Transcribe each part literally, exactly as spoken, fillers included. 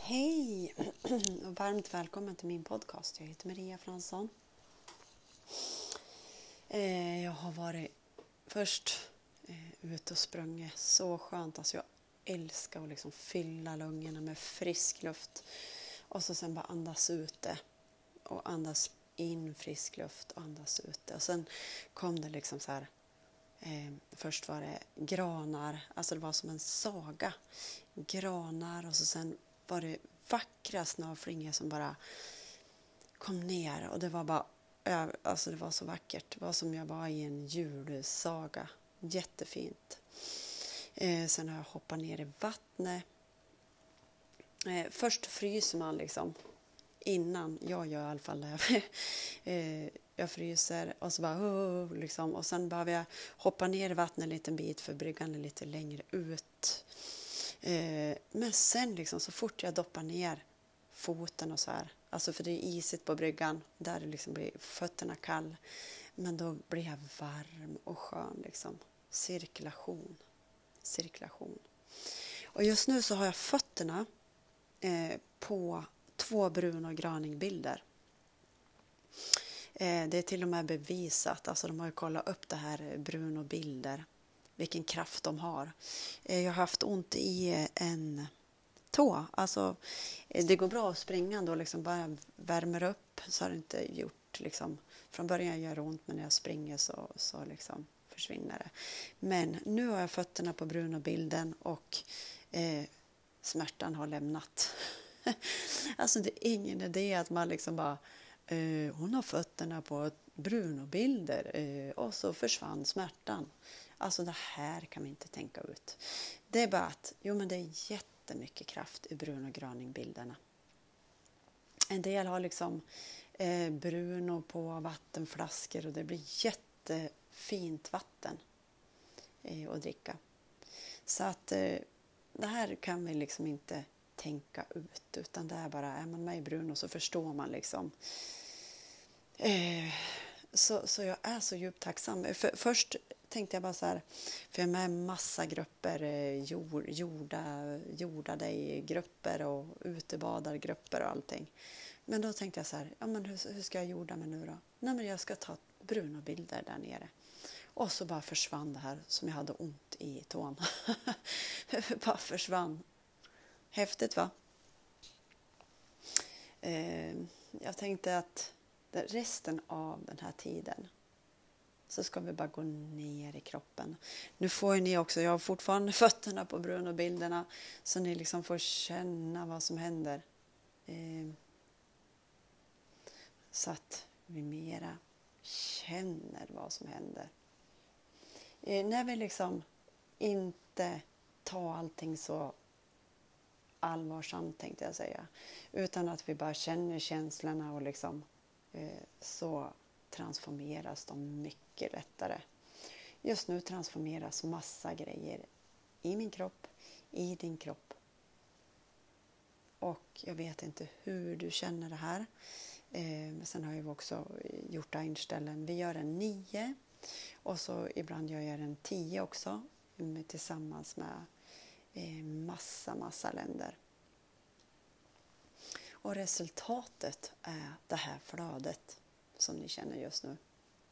Hej och varmt välkommen till min podcast. Jag heter Maria Fransson. Jag har varit först ute och sprungit. Så skönt. Alltså jag älskar att liksom fylla lungorna med frisk luft. Och så sen bara andas ut det. Och andas in frisk luft och andas ut det. Och sen kom det liksom så här. Eh, först var det granar. Alltså det var som en saga. Granar och så sen var det vackra snöflingor som bara kom ner. Och det var bara, alltså det var så vackert. Det var som jag var i en julsaga. Jättefint. Eh, sen har jag hoppat ner i vattnet. Eh, först fryser man liksom. Innan, jag gör i alla fall det. eh, jag fryser och så bara, oh, liksom. Och sen behöver jag hoppa ner i vattnet en liten bit för bryggan är lite längre ut. Eh, men sen liksom så fort jag doppar ner foten och så här, alltså för det är isigt på bryggan, där det liksom blir fötterna kall, men då blir jag varm och skön liksom. Cirkulation. Cirkulation. Och just nu så har jag fötterna eh, på två Bruno Gröning-bilder. Eh, det är till och med bevisat, alltså de har ju kollat upp det här Bruno-bilder. Vilken kraft de har. Jag har haft ont i en tå. Alltså, det går bra att springa då liksom bara värmer upp. Så har det inte gjort. Liksom. Från början gör det ont men när jag springer så, så liksom försvinner det. Men nu har jag fötterna på Bruno-bilden och eh, smärtan har lämnat. Alltså det är ingen idé att man liksom bara eh, hon har fötterna på Bruno-bilder eh, och så försvann smärtan. Alltså det här kan man inte tänka ut. Det är bara att, jo men det är jättemycket kraft i Bruno Gröning-bilderna. En del har liksom eh, Bruno på vattenflaskor och det blir jättefint vatten eh, att dricka. Så att eh, det här kan vi liksom inte tänka ut, utan det är bara, är man med i Bruno så förstår man liksom. Eh, så, så jag är så djupt tacksam. För, först tänkte jag bara så här, för jag är med i massa grupper, jord, jorda, jordade i grupper och utebadargrupper och allting. Men då tänkte jag så här, ja men hur, hur ska jag jorda mig nu då? Nej men jag ska ta Bruno-bilder där nere. Och så bara försvann det här som jag hade ont i tån. Bara försvann. Häftigt va? Eh, jag tänkte att resten av den här tiden så ska vi bara gå ner i kroppen. Nu får ni också, jag har fortfarande fötterna på Bruno-bilderna så ni liksom får känna vad som händer. Eh, så att vi mera känner vad som händer. Eh, när vi liksom inte tar allting så allvarsamt tänkte jag säga. Utan att vi bara känner känslorna och liksom eh, så transformeras de mycket lättare. Just nu transformeras massa grejer i min kropp, i din kropp. Och jag vet inte hur du känner det här. Eh, sen har jag också gjort inställen. Vi gör en nio och så ibland gör jag en tio också med, tillsammans med eh, massa, massa länder. Och resultatet är det här flödet som ni känner just nu.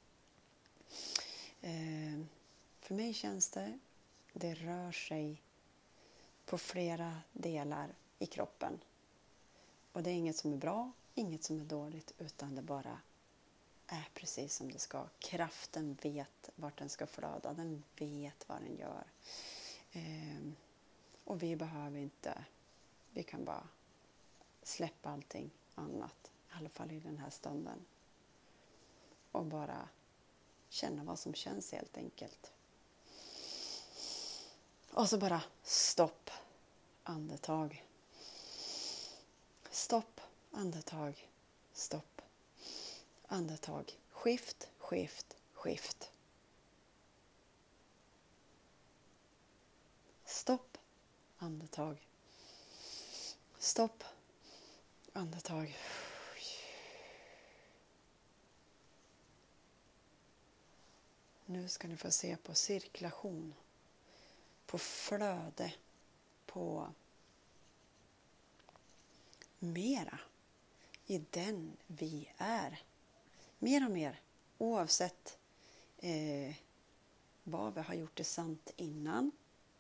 Eh, för mig känns det, det rör sig på flera delar i kroppen. Och det är inget som är bra, inget som är dåligt, utan det bara är precis som det ska. Kraften vet vart den ska flöda, den vet vad den gör. Eh, och vi behöver inte, vi kan bara släppa allting annat, i alla fall i den här stunden. Och bara känna vad som känns helt enkelt. Och så bara stopp, andetag. Stopp, andetag, stopp, andetag. Skift, skift, skift. Stopp, andetag. Stopp, andetag. Nu ska ni få se på cirkulation, på flöde, på mera i den vi är. Mer och mer, oavsett eh, vad vi har gjort det sant innan,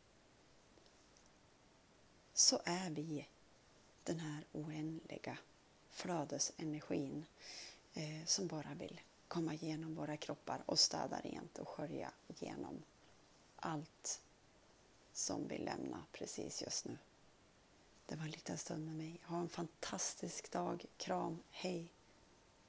så är vi den här oändliga flödesenergin eh, som bara vill komma igenom våra kroppar och städa rent och skölja igenom allt som vi lämnar precis just nu. Det var en liten stund med mig. Ha en fantastisk dag. Kram. Hej.